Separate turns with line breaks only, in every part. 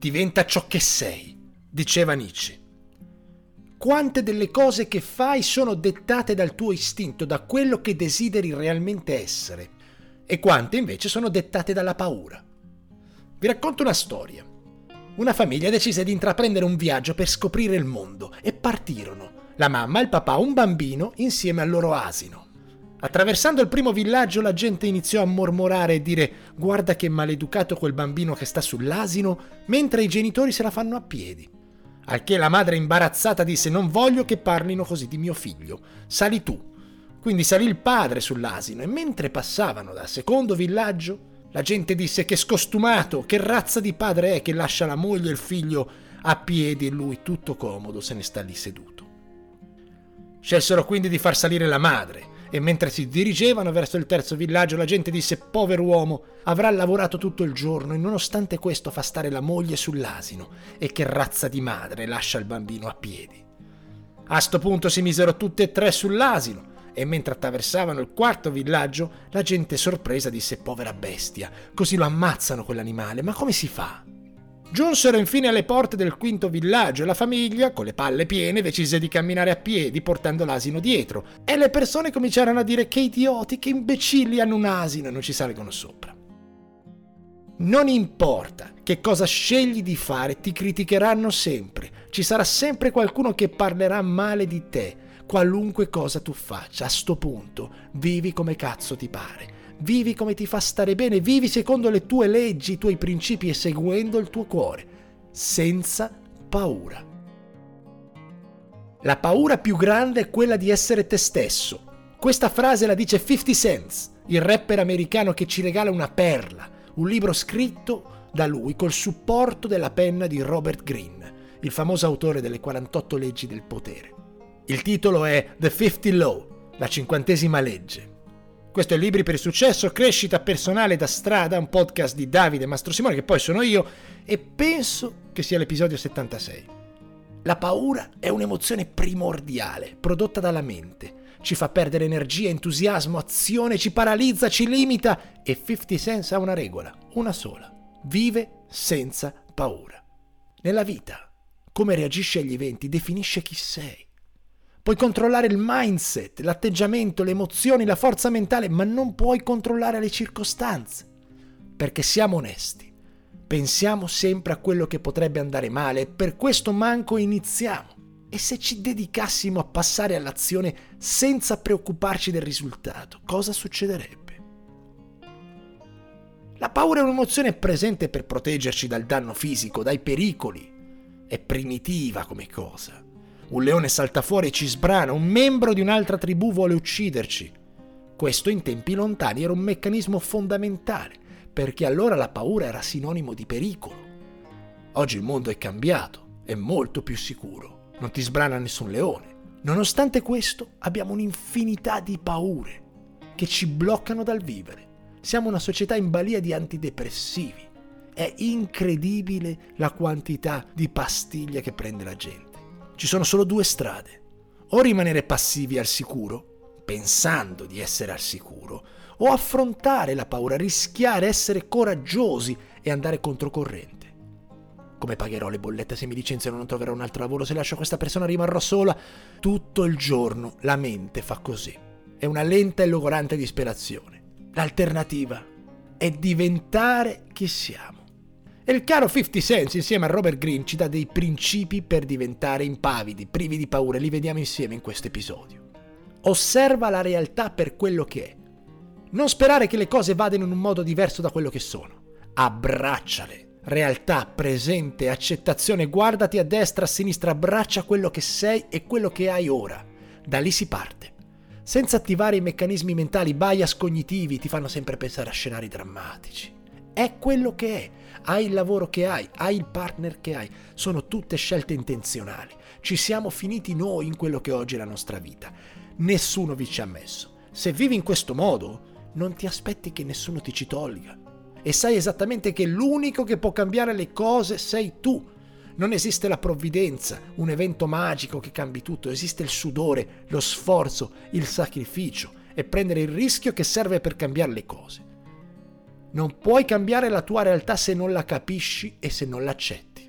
diventa ciò che sei, diceva Nietzsche. Quante delle cose che fai sono dettate dal tuo istinto, da quello che desideri realmente essere, e quante invece sono dettate dalla paura. Vi racconto una storia. Una famiglia decise di intraprendere un viaggio per scoprire il mondo e partirono. La mamma, il papà, un bambino insieme al loro asino. Attraversando il primo villaggio la gente iniziò a mormorare e dire «Guarda che maleducato quel bambino che sta sull'asino», mentre i genitori se la fanno a piedi. Al che la madre imbarazzata disse «Non voglio che parlino così di mio figlio, sali tu». Quindi salì il padre sull'asino e mentre passavano dal secondo villaggio la gente disse «Che scostumato, che razza di padre è che lascia la moglie e il figlio a piedi e lui tutto comodo se ne sta lì seduto». Scelsero quindi di far salire la madre e mentre si dirigevano verso il terzo villaggio la gente disse «Povero uomo, avrà lavorato tutto il giorno e nonostante questo fa stare la moglie sull'asino e che razza di madre lascia il bambino a piedi». A sto punto si misero tutte e tre sull'asino e mentre attraversavano il quarto villaggio la gente sorpresa disse «Povera bestia, così lo ammazzano quell'animale, ma come si fa?» Giunsero infine alle porte del quinto villaggio e la famiglia, con le palle piene, decise di camminare a piedi portando l'asino dietro e le persone cominciarono a dire «Che idioti, che imbecilli hanno un asino e non ci salgono sopra». Non importa che cosa scegli di fare, ti criticheranno sempre, ci sarà sempre qualcuno che parlerà male di te, qualunque cosa tu faccia. A sto punto vivi come cazzo ti pare. Vivi come ti fa stare bene, vivi secondo le tue leggi, i tuoi principi e seguendo il tuo cuore, senza paura. La paura più grande è quella di essere te stesso. Questa frase la dice 50 Cent, il rapper americano che ci regala una perla, un libro scritto da lui col supporto della penna di Robert Greene, il famoso autore delle 48 leggi del potere. Il titolo è The 50 Law, la 50ª legge. Questo è Libri per il successo, crescita personale da strada, un podcast di Davide Mastrosimone, che poi sono io, e penso che sia l'episodio 76. La paura è un'emozione primordiale, prodotta dalla mente. Ci fa perdere energia, entusiasmo, azione, ci paralizza, ci limita, e 50 Cent ha una regola, una sola. Vive senza paura. Nella vita, come reagisci agli eventi definisce chi sei. Puoi controllare il mindset, l'atteggiamento, le emozioni, la forza mentale, ma non puoi controllare le circostanze. Perché siamo onesti, pensiamo sempre a quello che potrebbe andare male e per questo manco iniziamo. E se ci dedicassimo a passare all'azione senza preoccuparci del risultato, cosa succederebbe? La paura è un'emozione presente per proteggerci dal danno fisico, dai pericoli. È primitiva come cosa. Un leone salta fuori e ci sbrana, un membro di un'altra tribù vuole ucciderci. Questo in tempi lontani era un meccanismo fondamentale, perché allora la paura era sinonimo di pericolo. Oggi il mondo è cambiato, è molto più sicuro, non ti sbrana nessun leone. Nonostante questo abbiamo un'infinità di paure che ci bloccano dal vivere. Siamo una società in balia di antidepressivi. È incredibile la quantità di pastiglie che prende la gente. Ci sono solo due strade: o rimanere passivi al sicuro, pensando di essere al sicuro, o affrontare la paura, rischiare, essere coraggiosi e andare controcorrente. Come pagherò le bollette se mi licenziano, non troverò un altro lavoro, se lascio questa persona rimarrò sola? Tutto il giorno la mente fa così. È una lenta e logorante disperazione. L'alternativa è diventare chi siamo. E il caro 50 Cent insieme a Robert Greene ci dà dei principi per diventare impavidi, privi di paura. Li vediamo insieme in questo episodio. Osserva la realtà per quello che è. Non sperare che le cose vadano in un modo diverso da quello che sono. Abbracciale. Realtà, presente, accettazione. Guardati a destra, a sinistra, abbraccia quello che sei e quello che hai ora. Da lì si parte. Senza attivare i meccanismi mentali, bias cognitivi ti fanno sempre pensare a scenari drammatici. È quello che è. Hai il lavoro che hai il partner che hai. Sono tutte scelte intenzionali. Ci siamo finiti noi in quello che oggi è la nostra vita. Nessuno vi ci ha messo. Se vivi in questo modo, non ti aspetti che nessuno ti ci tolga. E sai esattamente che l'unico che può cambiare le cose sei tu. Non esiste la provvidenza, un evento magico che cambi tutto. Esiste il sudore, lo sforzo, il sacrificio e prendere il rischio che serve per cambiare le cose. Non puoi cambiare la tua realtà se non la capisci e se non l'accetti.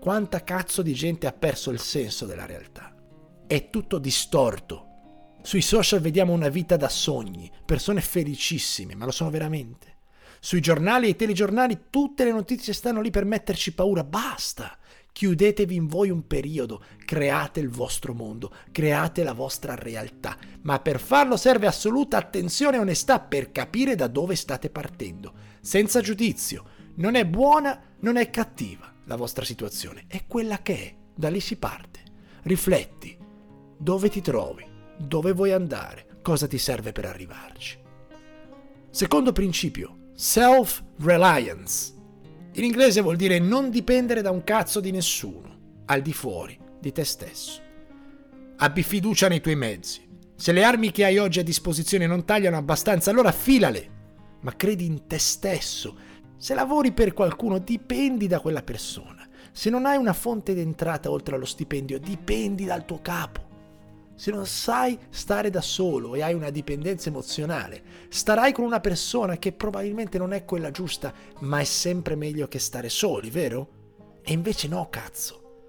Quanta cazzo di gente ha perso il senso della realtà. È tutto distorto. Sui social vediamo una vita da sogni, persone felicissime, ma lo sono veramente. Sui giornali e i telegiornali tutte le notizie stanno lì per metterci paura. Basta! Chiudetevi in voi un periodo, create il vostro mondo, create la vostra realtà, ma per farlo serve assoluta attenzione e onestà per capire da dove state partendo, senza giudizio. Non è buona, non è cattiva la vostra situazione, è quella che è, da lì si parte. Rifletti, dove ti trovi, dove vuoi andare, cosa ti serve per arrivarci. Secondo principio, self-reliance. In inglese vuol dire non dipendere da un cazzo di nessuno, al di fuori di te stesso. Abbi fiducia nei tuoi mezzi. Se le armi che hai oggi a disposizione non tagliano abbastanza, allora affilale. Ma credi in te stesso. Se lavori per qualcuno, dipendi da quella persona. Se non hai una fonte d'entrata oltre allo stipendio, dipendi dal tuo capo. Se non sai stare da solo e hai una dipendenza emozionale, starai con una persona che probabilmente non è quella giusta, ma è sempre meglio che stare soli, vero? E invece no, cazzo.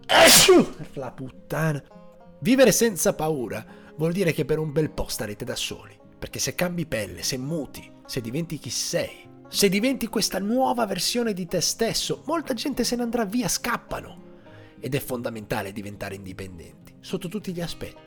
La puttana. Vivere senza paura vuol dire che per un bel po' starete da soli, perché se cambi pelle, se muti, se diventi chi sei, se diventi questa nuova versione di te stesso, molta gente se ne andrà via, scappano. Ed è fondamentale diventare indipendenti, sotto tutti gli aspetti.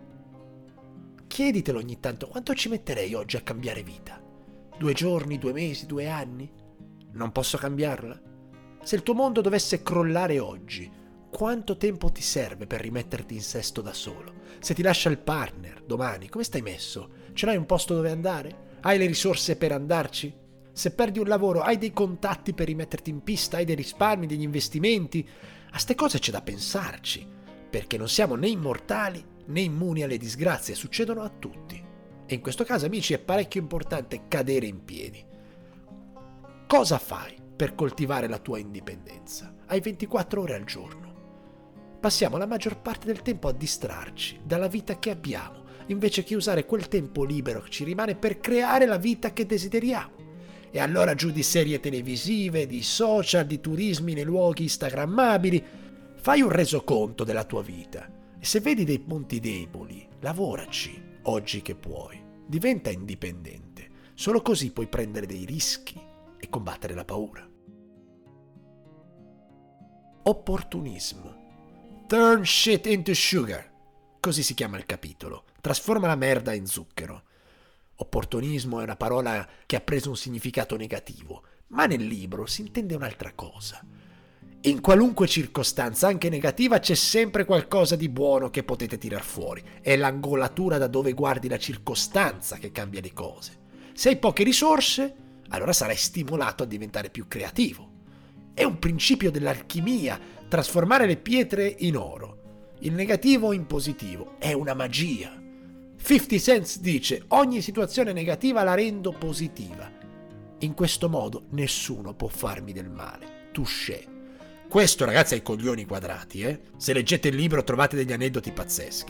Chieditelo ogni tanto, quanto ci metterei oggi a cambiare vita? 2 giorni, 2 mesi, 2 anni? Non posso cambiarla? Se il tuo mondo dovesse crollare oggi, quanto tempo ti serve per rimetterti in sesto da solo? Se ti lascia il partner domani, come stai messo? Ce l'hai un posto dove andare? Hai le risorse per andarci? Se perdi un lavoro, hai dei contatti per rimetterti in pista? Hai dei risparmi, degli investimenti? A ste cose c'è da pensarci, perché non siamo né immortali né immuni alle disgrazie, succedono a tutti. E in questo caso, amici, è parecchio importante cadere in piedi. Cosa fai per coltivare la tua indipendenza? Hai 24 ore al giorno. Passiamo la maggior parte del tempo a distrarci dalla vita che abbiamo, invece che usare quel tempo libero che ci rimane per creare la vita che desideriamo. E allora giù di serie televisive, di social, di turismi nei luoghi instagrammabili. Fai un resoconto della tua vita e se vedi dei punti deboli, lavoraci oggi che puoi. Diventa indipendente. Solo così puoi prendere dei rischi e combattere la paura. Opportunismo. Turn shit into sugar. Così si chiama il capitolo. Trasforma la merda in zucchero. Opportunismo è una parola che ha preso un significato negativo, ma nel libro si intende un'altra cosa. In qualunque circostanza, anche negativa, c'è sempre qualcosa di buono che potete tirar fuori. È l'angolatura da dove guardi la circostanza che cambia le cose. Se hai poche risorse, allora sarai stimolato a diventare più creativo. È un principio dell'alchimia, trasformare le pietre in oro, il negativo in positivo. È una magia. 50 Cent dice: ogni situazione negativa la rendo positiva. In questo modo nessuno può farmi del male. Touché. Questo, ragazzi, ai coglioni quadrati, Se leggete il libro trovate degli aneddoti pazzeschi.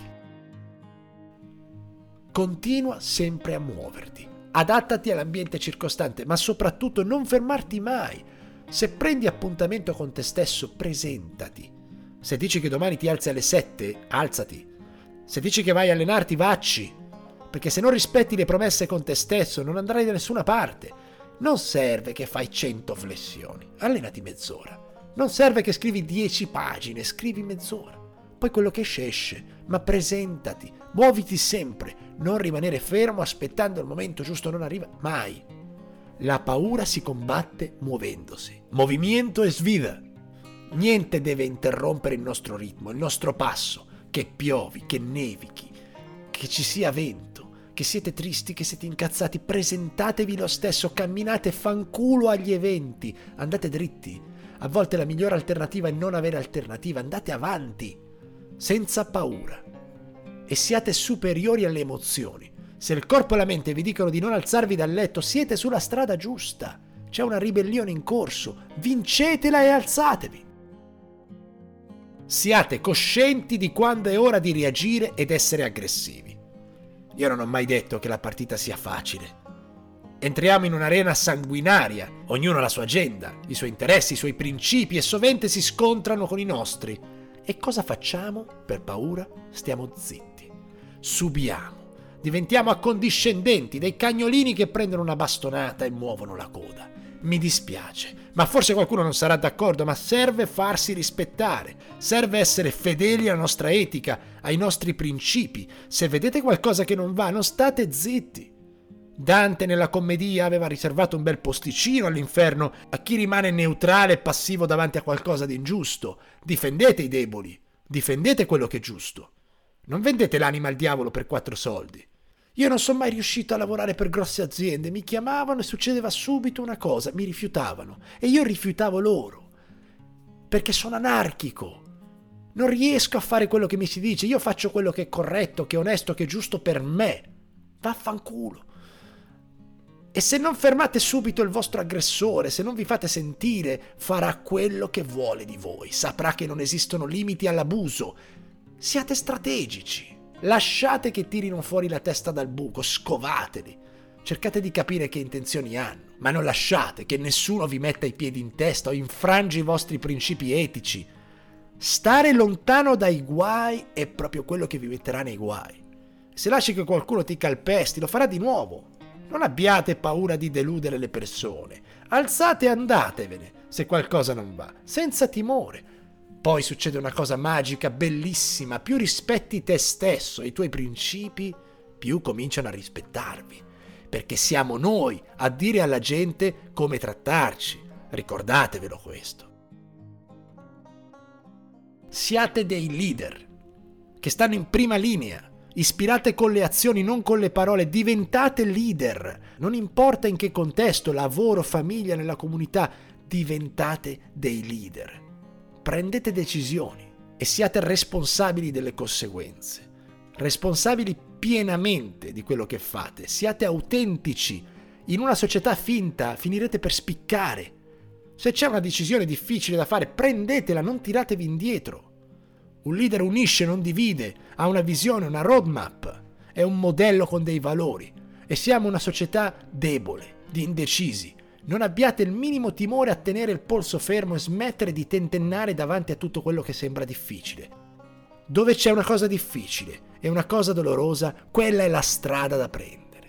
Continua sempre a muoverti. Adattati all'ambiente circostante, ma soprattutto non fermarti mai. Se prendi appuntamento con te stesso, presentati. Se dici che domani ti alzi alle 7, alzati. Se dici che vai a allenarti, vacci, perché se non rispetti le promesse con te stesso non andrai da nessuna parte. Non serve che fai 100 flessioni, allenati mezz'ora. Non serve che scrivi 10 pagine, scrivi mezz'ora. Poi quello che esce, ma presentati, muoviti sempre, non rimanere fermo aspettando il momento giusto, non arriva mai. La paura si combatte muovendosi. Movimiento es vida. Niente deve interrompere il nostro ritmo, il nostro passo. Che piovi, che nevichi, che ci sia vento, che siete tristi, che siete incazzati, presentatevi lo stesso, camminate, fanculo agli eventi, andate dritti. A volte la migliore alternativa è non avere alternativa, andate avanti, senza paura. E siate superiori alle emozioni. Se il corpo e la mente vi dicono di non alzarvi dal letto, siete sulla strada giusta. C'è una ribellione in corso, vincetela e alzatevi. Siate coscienti di quando è ora di reagire ed essere aggressivi. Io non ho mai detto che la partita sia facile. Entriamo in un'arena sanguinaria, ognuno ha la sua agenda, i suoi interessi, i suoi principi e sovente si scontrano con i nostri. E cosa facciamo? Per paura stiamo zitti. Subiamo, diventiamo accondiscendenti, dei cagnolini che prendono una bastonata e muovono la coda. Mi dispiace, ma forse qualcuno non sarà d'accordo, ma serve farsi rispettare, serve essere fedeli alla nostra etica, ai nostri principi. Se vedete qualcosa che non va, non state zitti. Dante nella commedia aveva riservato un bel posticino all'inferno a chi rimane neutrale e passivo davanti a qualcosa di ingiusto. Difendete i deboli, difendete quello che è giusto. Non vendete l'anima al diavolo per 4 soldi. Io non sono mai riuscito a lavorare per grosse aziende, mi chiamavano e succedeva subito una cosa, mi rifiutavano e io rifiutavo loro, perché sono anarchico. Non riesco a fare quello che mi si dice, io faccio quello che è corretto, che è onesto, che è giusto per me. Vaffanculo. E se non fermate subito il vostro aggressore, se non vi fate sentire, farà quello che vuole di voi. Saprà che non esistono limiti all'abuso. Siate strategici. Lasciate che tirino fuori la testa dal buco, scovateli. Cercate di capire che intenzioni hanno, ma non lasciate che nessuno vi metta i piedi in testa o infrangi i vostri principi etici. Stare lontano dai guai è proprio quello che vi metterà nei guai. Se lasci che qualcuno ti calpesti, lo farà di nuovo. Non abbiate paura di deludere le persone. Alzate e andatevene se qualcosa non va, senza timore. Poi succede una cosa magica, bellissima. Più rispetti te stesso e i tuoi principi, più cominciano a rispettarvi. Perché siamo noi a dire alla gente come trattarci. Ricordatevelo questo. Siate dei leader che stanno in prima linea. Ispirate con le azioni, non con le parole. Diventate leader. Non importa in che contesto, lavoro, famiglia, nella comunità, diventate dei leader. Prendete decisioni e siate responsabili delle conseguenze. Responsabili pienamente di quello che fate. Siate autentici. In una società finta finirete per spiccare. Se c'è una decisione difficile da fare, prendetela, non tiratevi indietro. Un leader unisce, non divide, ha una visione, una roadmap, è un modello con dei valori. E siamo una società debole, di indecisi. Non abbiate il minimo timore a tenere il polso fermo e smettere di tentennare davanti a tutto quello che sembra difficile. Dove c'è una cosa difficile e una cosa dolorosa, quella è la strada da prendere.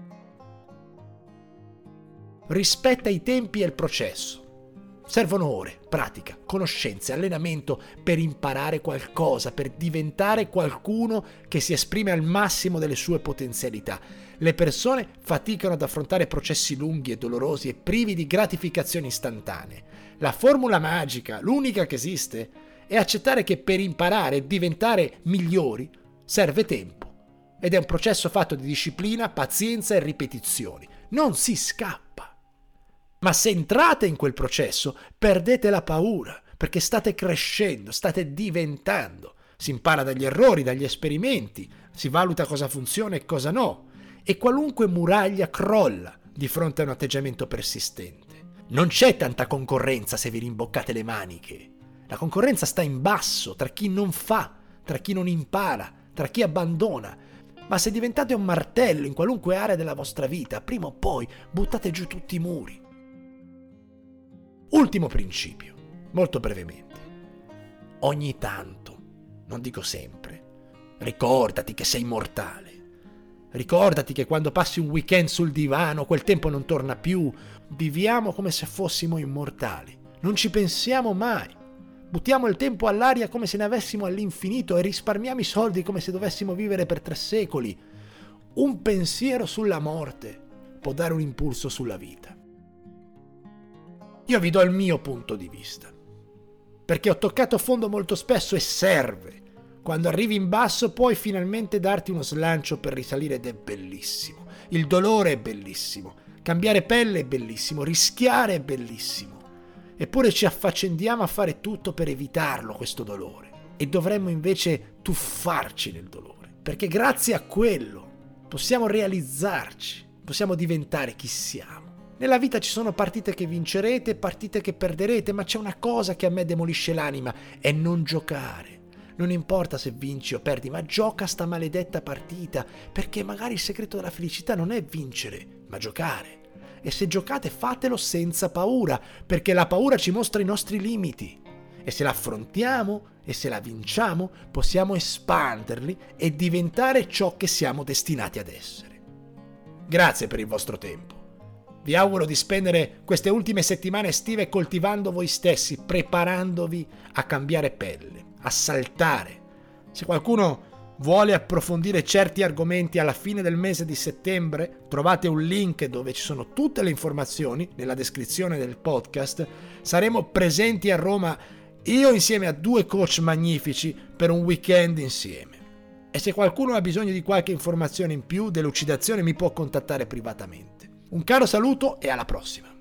Rispetta i tempi e il processo. Servono ore, pratica, conoscenze, allenamento per imparare qualcosa, per diventare qualcuno che si esprime al massimo delle sue potenzialità. Le persone faticano ad affrontare processi lunghi e dolorosi e privi di gratificazioni istantanee. La formula magica, l'unica che esiste, è accettare che per imparare e diventare migliori serve tempo. Ed è un processo fatto di disciplina, pazienza e ripetizioni. Non si scappa. Ma se entrate in quel processo, perdete la paura, perché state crescendo, state diventando. Si impara dagli errori, dagli esperimenti, si valuta cosa funziona e cosa no, e qualunque muraglia crolla di fronte a un atteggiamento persistente. Non c'è tanta concorrenza se vi rimboccate le maniche. La concorrenza sta in basso, tra chi non fa, tra chi non impara, tra chi abbandona. Ma se diventate un martello in qualunque area della vostra vita, prima o poi buttate giù tutti i muri. Ultimo principio, molto brevemente. Ogni tanto, non dico sempre, ricordati che sei mortale. Ricordati che quando passi un weekend sul divano, quel tempo non torna più. Viviamo come se fossimo immortali. Non ci pensiamo mai. Buttiamo il tempo all'aria come se ne avessimo all'infinito e risparmiamo i soldi come se dovessimo vivere per 3 secoli. Un pensiero sulla morte può dare un impulso sulla vita. Io vi do il mio punto di vista, perché ho toccato fondo molto spesso e serve. Quando arrivi in basso puoi finalmente darti uno slancio per risalire ed è bellissimo. Il dolore è bellissimo, cambiare pelle è bellissimo, rischiare è bellissimo. Eppure ci affaccendiamo a fare tutto per evitarlo questo dolore e dovremmo invece tuffarci nel dolore, perché grazie a quello possiamo realizzarci, possiamo diventare chi siamo. Nella vita ci sono partite che vincerete e partite che perderete, ma c'è una cosa che a me demolisce l'anima, è non giocare. Non importa se vinci o perdi, ma gioca sta maledetta partita, perché magari il segreto della felicità non è vincere, ma giocare. E se giocate fatelo senza paura, perché la paura ci mostra i nostri limiti. E se la affrontiamo e se la vinciamo, possiamo espanderli e diventare ciò che siamo destinati ad essere. Grazie per il vostro tempo. Vi auguro di spendere queste ultime settimane estive coltivando voi stessi, preparandovi a cambiare pelle, a saltare. Se qualcuno vuole approfondire certi argomenti alla fine del mese di settembre, trovate un link dove ci sono tutte le informazioni nella descrizione del podcast. Saremo presenti a Roma, io insieme a 2 coach magnifici, per un weekend insieme. E se qualcuno ha bisogno di qualche informazione in più, delucidazione, mi può contattare privatamente. Un caro saluto e alla prossima!